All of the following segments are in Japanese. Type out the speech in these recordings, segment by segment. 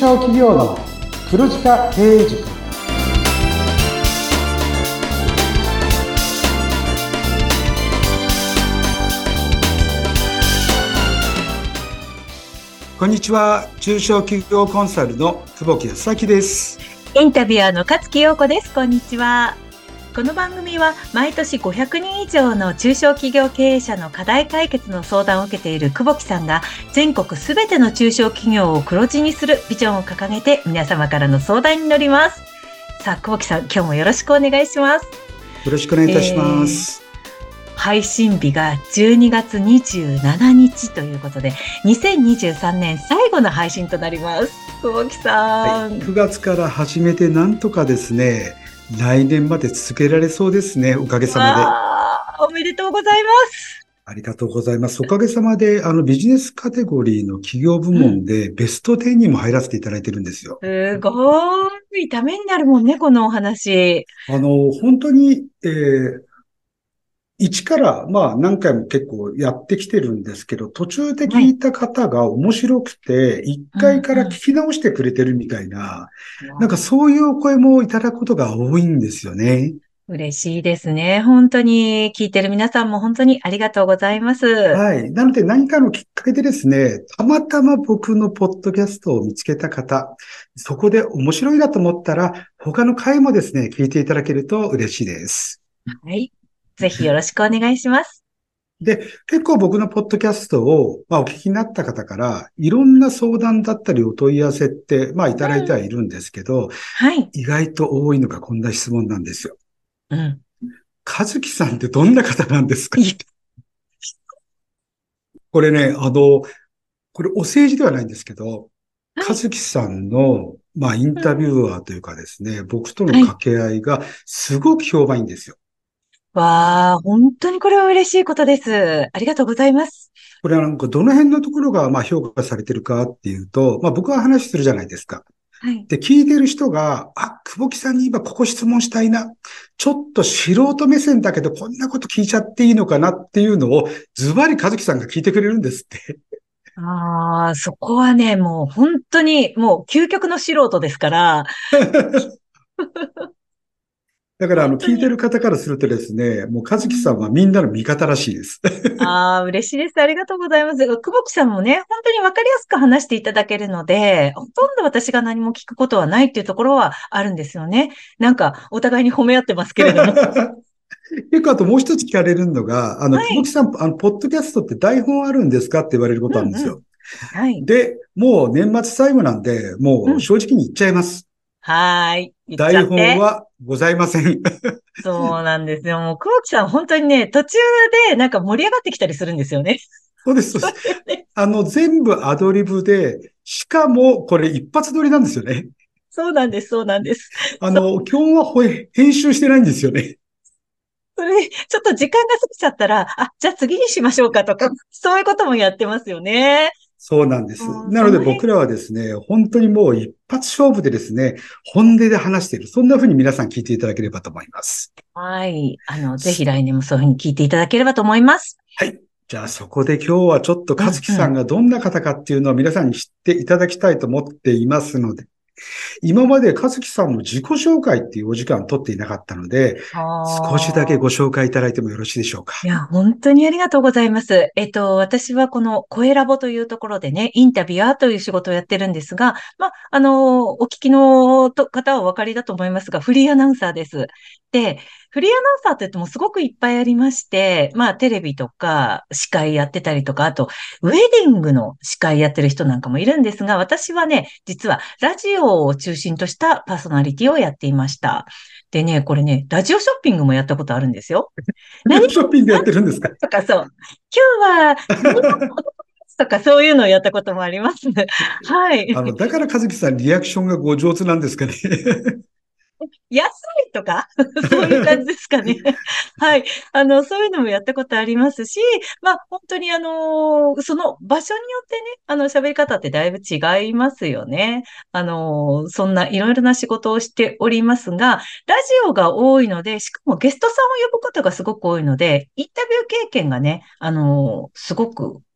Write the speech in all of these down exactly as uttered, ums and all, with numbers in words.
小企業の黒字化経営塾。こんにちは。中小企業コンサルの久保木康明です。 インタビュアーの勝木陽子です。こんにちは。この番組は毎年ごひゃくにん以上の中小企業経営者の課題解決の相談を受けている久保木さんが、全国すべての中小企業を黒字にするビジョンを掲げて皆様からの相談に乗ります。さあ久保木さん、今日もよろしくお願いします。 よろしくお願いいたします。 えー、配信日がじゅうにがつにじゅうしちにちということで、にせんにじゅうさんねん最後の配信となります。久保木さん、 はい、くがつから始めてなんとかですね、来年まで続けられそうですね。おかげさまで。 おめでとうございます。 ありがとうございます。おかげさまで、あの、ビジネスカテゴリーの企業部門でベストじゅうにも入らせていただいてるんですよ。 すごい、ためになるもんね、このお話。 あの、本当に、えー、一から、まあ、何回も結構やってきてるんですけど、途中で聞いた方が面白くて、一回から聞き直してくれてるみたいな、うんうん、なんかそういうお声もいただくことが多いんですよね。 嬉しいですね。本当に聞いてる皆さんも本当にありがとうございます。 はい。なので何かのきっかけでですね、たまたま僕のポッドキャストを見つけた方、そこで面白いなと思ったら、他の回もですね、聞いていただけると嬉しいです。 はい。ぜひよろしくお願いします。 で、結構僕のポッドキャストを、まあ、お聞きになった方から、いろんな相談だったりお問い合わせって、まあ、いただいてはいるんですけど、うん、 はい。 意外と多いのがこんな質問なんですよ。 うん。 和樹さんってどんな方なんですか？これね、あの、これお政治ではないんですけど、 はい、 和樹さんの、まあ、インタビュアーというかですね、うん、僕との掛け合いがすごく評判いいんですよ。 わあ、本当にこれは嬉しいことです。ありがとうございます。 これはなんかどの辺のところがまあ評価されてるかっていうと、まあ僕は話するじゃないですか。 はい。 で、聞いてる人が、あ、久保木さんに今ここ質問したいな。ちょっと素人目線だけどこんなこと聞いちゃっていいのかなっていうのをズバリ和樹さんが聞いてくれるんですって。 ああ、そこはね、もう本当にもう究極の素人ですから。 だから、あの、聞いてる方からするとですね、もう、和樹さんはみんなの味方らしいです。 ああ、嬉しいです。ありがとうございます。久保木さんもね、本当にわかりやすく話していただけるので、ほとんど私が何も聞くことはないっていうところはあるんですよね。なんか、お互いに褒め合ってますけれども。 結構、あともう一つ聞かれるのが、あの、 はい。 久保木さん、あの、ポッドキャストって台本あるんですかって言われることあるんですよ。 うんうん。はい。 で、もう年末最後なんで、もううん。 正直に言っちゃいます。 はーい。言っちゃ台って。 本はございません。 そうなんですよ。もう、久保木さん本当にね、途中でなんか盛り上がってきたりするんですよね。 そうです、そうそです。 れはね。 あの、全部アドリブで、しかも、これ一発撮りなんですよね。 そうなんです、そうなんです。 あの、今日はほえ編集してないんですよね。 それで、ちょっと時間が過ぎちゃったら、あ、じゃあ次にしましょうかとか、そういうこともやってますよね。 そうなんです。 うん、 なのでその辺、 僕らはですね、本当にもう一発勝負でですね、本音で話している。そんな風に皆さん聞いていただければと思います。 はい。あの、ぜひ来年もそういうふうに聞いていただければと思います。 はい。じゃあそこで今日はちょっとうん、 和樹うん。 さんがどんな方かっていうのを皆さんに知っていただきたいと思っていますので、今まで和樹さんの自己紹介っていうお時間を取っていなかったので、少しだけごああ。 紹介いただいてもよろしいでしょうか。 いや、本当にありがとうございます。えっと、私はこの声ラボというところでね、インタビュアーという仕事をやってるんですが、まあ、あの、お聞きのと方はお分かりだと思いますが、フリーアナウンサーです。で、フリーアナウンサーって言ってもすごくいっぱいありまして、まあ、テレビとか司会やってたりとか、あと、ウェディングの司会やってる人なんかもいるんですが、私はね、実はラジオを中心としたパーソナリティをやっていました。でね、これね、ラジオショッピングもやったことあるんですよ。何ショッピングやってるんですか？ とかそう。今日は何をとかそういうのをやったこともあります。はい。 あの、だから和樹さんリアクションがご上手なんですかね。 安いとかそういう感じですかね。はい。あの、そういうのもやったことありますし、まあ、本当にあの、その場所によってね、あの、喋り方ってだいぶ違いますよね。あの、そんないろいろな仕事をしておりますが、ラジオが多いので、しかもゲストさんを呼ぶことがすごく多いので、インタビュー経験がね、あの、すごく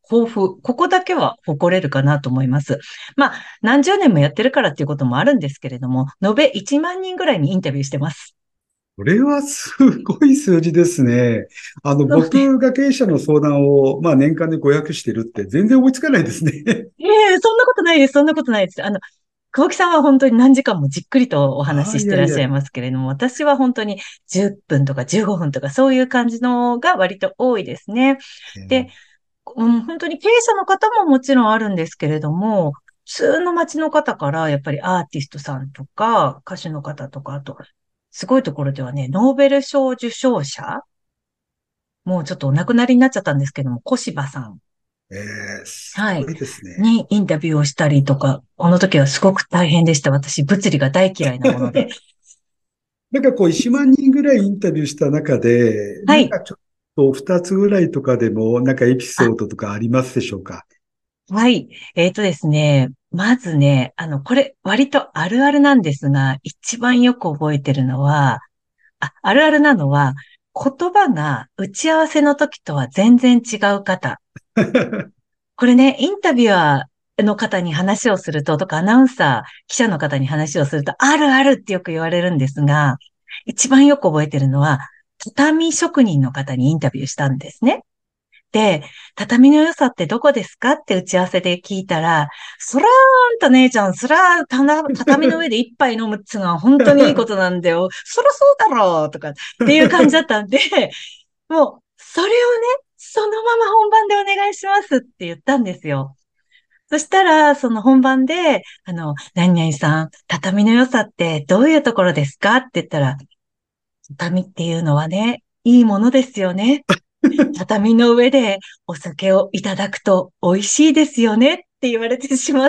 豊富。ここだけは誇れるかなと思います。まあ、何十年もやってるからっていうこともあるんですけれども、延べいちまん人ぐらいにインタビューしてます。 これはすごい数字ですね。あの、 そうね。 僕が経営者の相談を、まあ年間でごひゃくしてるって全然追いつかないですね。 ええそんなことないです。そんなことないです。あの、久保木さんは本当に何時間もじっくりとおああ、 話ししいやいや、 てらっしゃいますけれども、私は本当にじゅっぷんとかじゅうごふんとかそういう感じのが割と多いですね。で、 えーうん、本当に経営者の方ももちろんあるんですけれども、普通の街の方からやっぱりアーティストさんとか歌手の方とか、あと、すごいところではね、ノーベル賞受賞者もうちょっとお亡くなりになっちゃったんですけども、小柴さん。 えーすはい。 ごいですね。 にインタビューをしたりとか、この時はすごく大変でした。私、物理が大嫌いなもので。 なんかこう、いちまん人ぐらいインタビューした中で、 はい。 なんかちょっとふたつぐらいとかでも、なんかエピあ、 ソードとかありますでしょうか？ はい。えっとですね。まずね、あの、これ、割とあるあるなんですが、一番よく覚えてるのは、あ、あるあるなのは、言葉が打ち合わせの時とは全然違う方。これね、インタビュアーの方に話をすると、とかアナウンサー、記者の方に話をすると、あるあるってよく言われるんですが、一番よく覚えてるのは、畳職人の方にインタビューしたんですね。で、畳の良さってどこですかって打ち合わせで聞いたら、そらーんと姉ちゃん、そらーたな畳の上で一杯飲むっつうのは本当にいいことなんだよ。そらそうだろうとかっていう感じだったんで、もう、それをね、そのまま本番でお願いしますって言ったんですよ。そしたら、その本番で、あの、何々さん、畳の良さってどういうところですかって言ったら、畳っていうのはね、いいものですよね。畳の上でお酒をいただくと美味しいですよねって言われてしまって、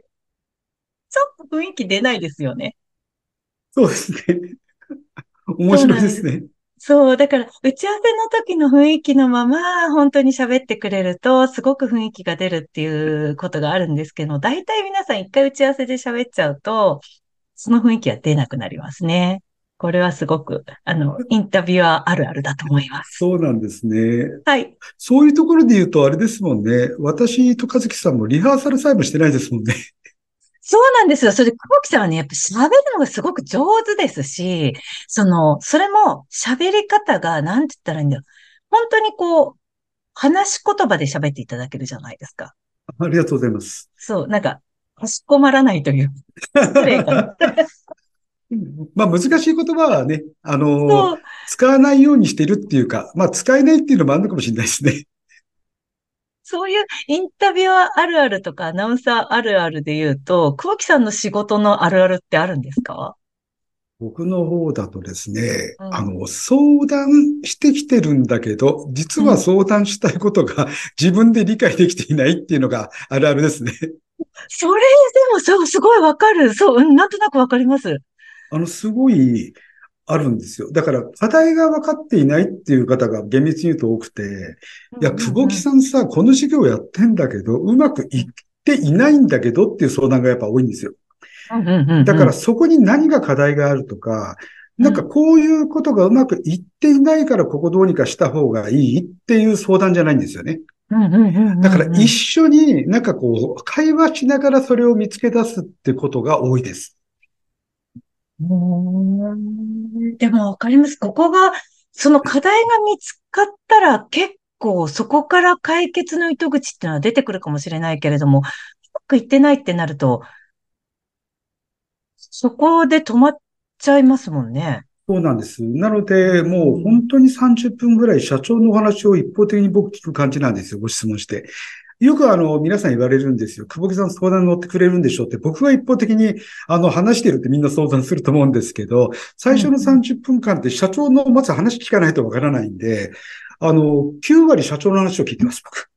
ちょっと雰囲気出ないですよね。 そうですね。面そう白いなんです。 ですね。 そう、だから、打ち合わせの時の雰囲気のまま、本当に喋ってくれると、すごく雰囲気が出るっていうことがあるんですけど、大体皆さん一回打ち合わせで喋っちゃうと、その雰囲気は出なくなりますね。これはすごく、あの、インタビュアーあるあるだと思います。 そうなんですね。 はい。 そういうところで言うとあれですもんね。私と和樹さんもリハーサルさえもしてないですもんね。 そうなんですよ。それで、久保木さんはね、やっぱ喋るのがすごく上手ですし、その、それも喋り方が、なんて言ったらいいんだよ。本当にこう、話し言葉で喋っていただけるじゃないですか。 ありがとうございます。 そう、なんか、かしこまらないという、失礼かな。 まあ難しい言葉はね、あの、 そう、 使わないようにしてるっていうか、まあ使えないっていうのもあるのかもしれないですね。 そういうインタビュアーあるあるとかアナウンサーあるあるで言うと、久保木さんの仕事のあるあるってあるんですか？ 僕の方だとですね、 うん、 あの、相談してきてるんだけど、実はうん。 相談したいことが自分で理解できていないっていうのがあるあるですね。 それでもそう、すごいわかる。そう、うん、なんとなくわかります。 あの、すごいあるんですよ。だから、課題が分かっていないっていう方が厳密に言うと多くて、いや、 うん、うん、 久保木うん。 さんさ、この授業やってんだけど、うまくいっていないんだけどっていう相談がやっぱ多いんですよ。 うん、うん、うん、 だうん。 からそこに何が課題があるとか、なんかうん、 こういうことがうまくいっていないからここどうにかした方がいいっていう相談じゃないんですよね。 うん、うん、うん、 だから一うん。 緒になんかこう会話しながらそれを見つけ出すってことが多いです。 うーんでもわかります。ここが、その課題が見つかったら結構そこから解決の糸口っていうのは出てくるかもしれないけれども、うまくいってないってなると、そこで止まっちゃいますもんね。 そうなんです。なのうで、もうん。 本当にさんじゅっぷんぐらい社長のお話を一方的に僕聞く感じなんですよ。ご質問して。よくあの、皆さん言われるんですよ。久保木さん相談に乗ってくれるんでしょうって、僕が一方的にあの、話してるってみんな相談すると思うんですけど、最初のうん。 さんじゅっぷんかんって社長のまず話聞かないとわからないんで、あの、きゅう割社長の話を聞いてます、僕。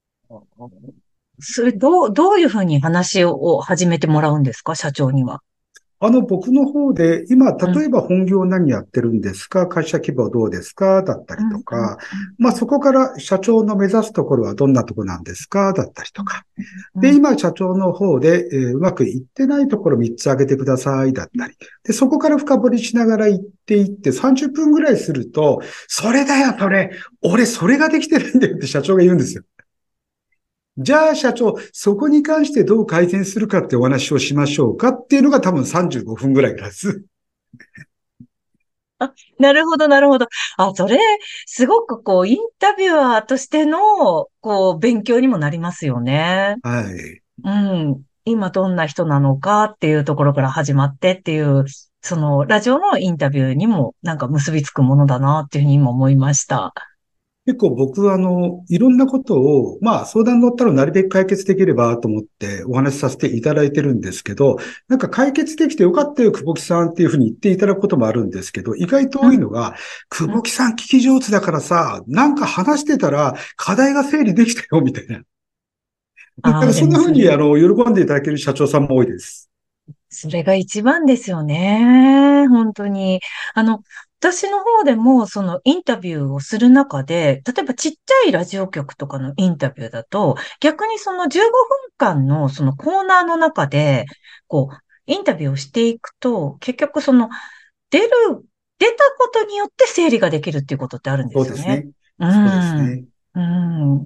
それ、どう、どういうふうに話を始めてもらうんですか、社長には。 あの、僕の方で、今、 うん。 例えば本業何やってるんですか？会社規模はどうですか？だったうん。 りとうん。 か、まあそこから社長の目指すところはどんなところなんですか？だったりうん。 とか。で、 うん。 今、社長の方で、えーうまくいってないところみっつ挙げてください。だったり。で、そこから深掘りしながら行っていって、さんじゅっぷんぐらいすると、それだよ、それ。俺、それができてるんだよって社長が言うんですよ。 じゃあ社長、そこに関してどう改善するかってお話をしましょうかっていうのが多分さんじゅうごふんぐらいからです。 あ、なるほど、なるほど。あ、それ、すごくこう、インタビュアーとしての、こう、勉強にもなりますよね。 はい。 うん。今どんな人なのかっていうところから始まってっていう、その、ラジオのインタビューにもなんか結びつくものだなっていうふうに今思いました。 結構僕はあの、いろんなことを、まあ相談乗ったらなるべく解決できればと思ってお話しさせていただいてるんですけど、なんか解決できてよかったよ、久保木さんっていうふうに言っていただくこともあるんですけど、意外とうん、 多いのが、久うん。 保木さん聞き上手だからさ、なんか話してたら課題が整理できたよ、みたいな。なんああ、でかそんなふうもそれ、 にあの、喜んでいただける社長さんも多いです。 それが一番ですよね。本当に。あの、私の方でも、そのインタビューをする中で、例えばちっちゃいラジオ局とかのインタビューだと、逆にそのじゅうごふんかんのそのコーナーの中で、こう、インタビューをしていくと、結局その、出る、出たことによって整理ができるっていうことってあるんですよね。 そうですね。 うそうですん。 ね。 うん。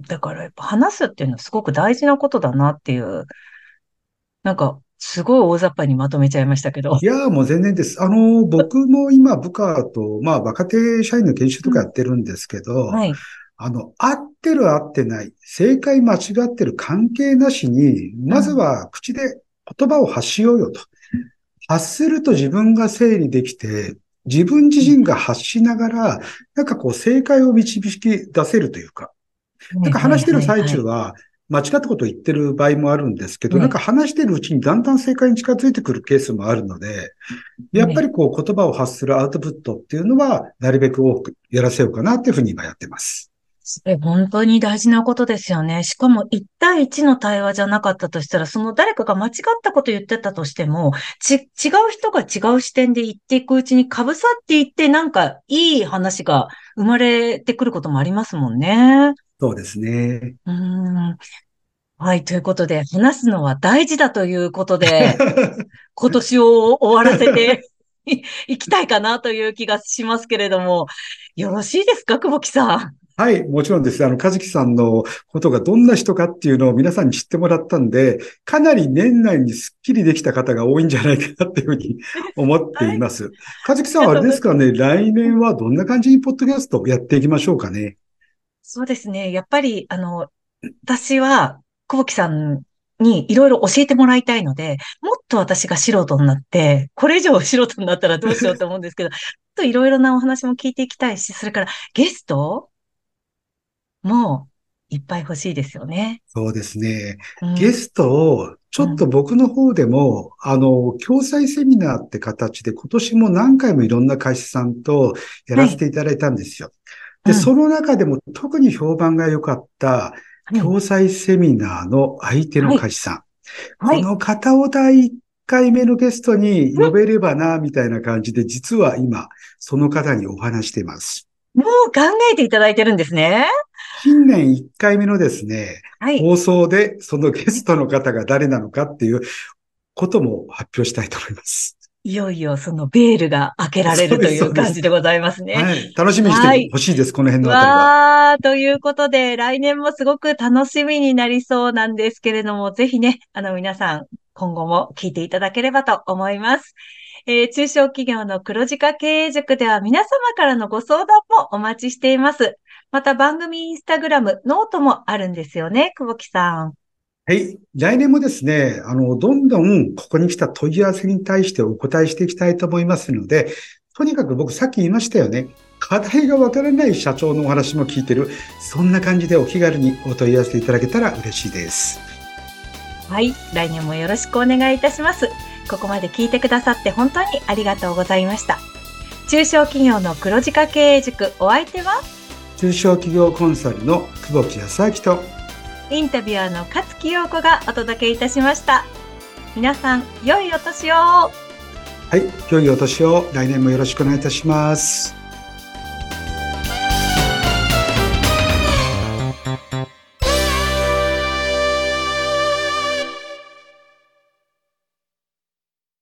だからやっぱ話すっていうのはすごく大事なことだなっていう、なんか、すごい大雑把にまとめちゃいましたけど。 いやーもう全然です。あの、僕も今部下と、まあ若手社員の研修とかやってるんですけど、 はい。 あの、合ってる合ってない、正解間違ってる関係なしに、まずうん。 は口で言葉を発しようよと。発すると自分が整理できて、自分自身が発しながら、なんかこう正解を導き出せるというか、なんかはいはい話してる最はいはい。 中は、間違ったことを言ってる場合もあるんですけど、 はい。 なんか話してるうちにだんだん正解に近づいてくるケースもあるので、やっぱはい。 りこう言葉を発するアウトプットっていうのは、なるべく多くやらせようかなっていうふうに今やってます。 それ本当に大事なことですよね。しかもいち対いちの対話じゃなかったとしたら、その誰かが間違ったこと言ってたとしても、ち、違う人が違う視点で言っていくうちに被さっていって、なんかいい話が生まれてくることもありますもんね。 そうですね。 うーん。はい。ということで、話すのは大事だということで、今年を終わらせていいきたいかなという気がしますけれども、よろしいですか、久保木さん。 はい、もちろんです。あの、和樹さんのことがどんな人かっていうのを皆さんに知ってもらったんで、かなり年内にスッキリできた方が多いんじゃないかなっていうふうに思ってはい。 います。和樹さんはあれありがとうございます。 ですかね、来年はどんな感じにポッドキャストをやっていきましょうかね。 そうですね。やっぱり、あの、私は、久保木さんにいろいろ教えてもらいたいので、もっと私が素人になって、これ以上素人になったらどうしようと思うんですけど、ちょっといろいろなお話も聞いていきたいし、それからゲストもいっぱい欲しいですよね。 そうですね。 うん、 ゲストをちょっとうん。 僕の方でも、あの、共催セミナーって形で今年も何回もいろんな会社さんとやらせはい。 ていただいたんですよ。で、そうん。 の中でも特に評判が良かったはい。 共催セミナーの相手のはい。 会社さん。 はい。 この方をだいいっかいめのゲストに呼べればな、みたいな感じで、実は今、その方にお話しています。 もう考えていただいてるんですね。 新年いっかいめのですね、 はい。 放送でそのゲストの方が誰なのかっていうことも発表したいと思います。 いよいよそのベールが開けられそうです、 るといそうです。 う感じでございますね。 はい。楽しみにしてはい。 ほしいです、この辺のあたりは。 わー、ということで、来年もすごく楽しみになりそうなんですけれども、ぜひね、あの皆さん、今後も聞いていただければと思います。えー中小企業の黒字化経営塾では皆様からのご相談もお待ちしています。また番組インスタグラム、ノートもあるんですよね、久保木さん。 はい。来年もですね、あの、どんどんここに来た問い合わせに対してお答えしていきたいと思いますので、とにかく僕さっき言いましたよね。課題がわからない社長のお話も聞いてる。そんな感じでお気軽にお問い合わせいただけたら嬉しいです。 はい、来年もよろしくお願いいたします。ここまで聞いてくださって本当にありがとうございました。中小企業の黒字化経営塾、お相手は中小企業コンサルの久保木康明と、 インタビュアーの勝木陽子がお届けいたしました。皆さん、良いお年を。 はい。良いお年を来年もよろしくお願いいたします。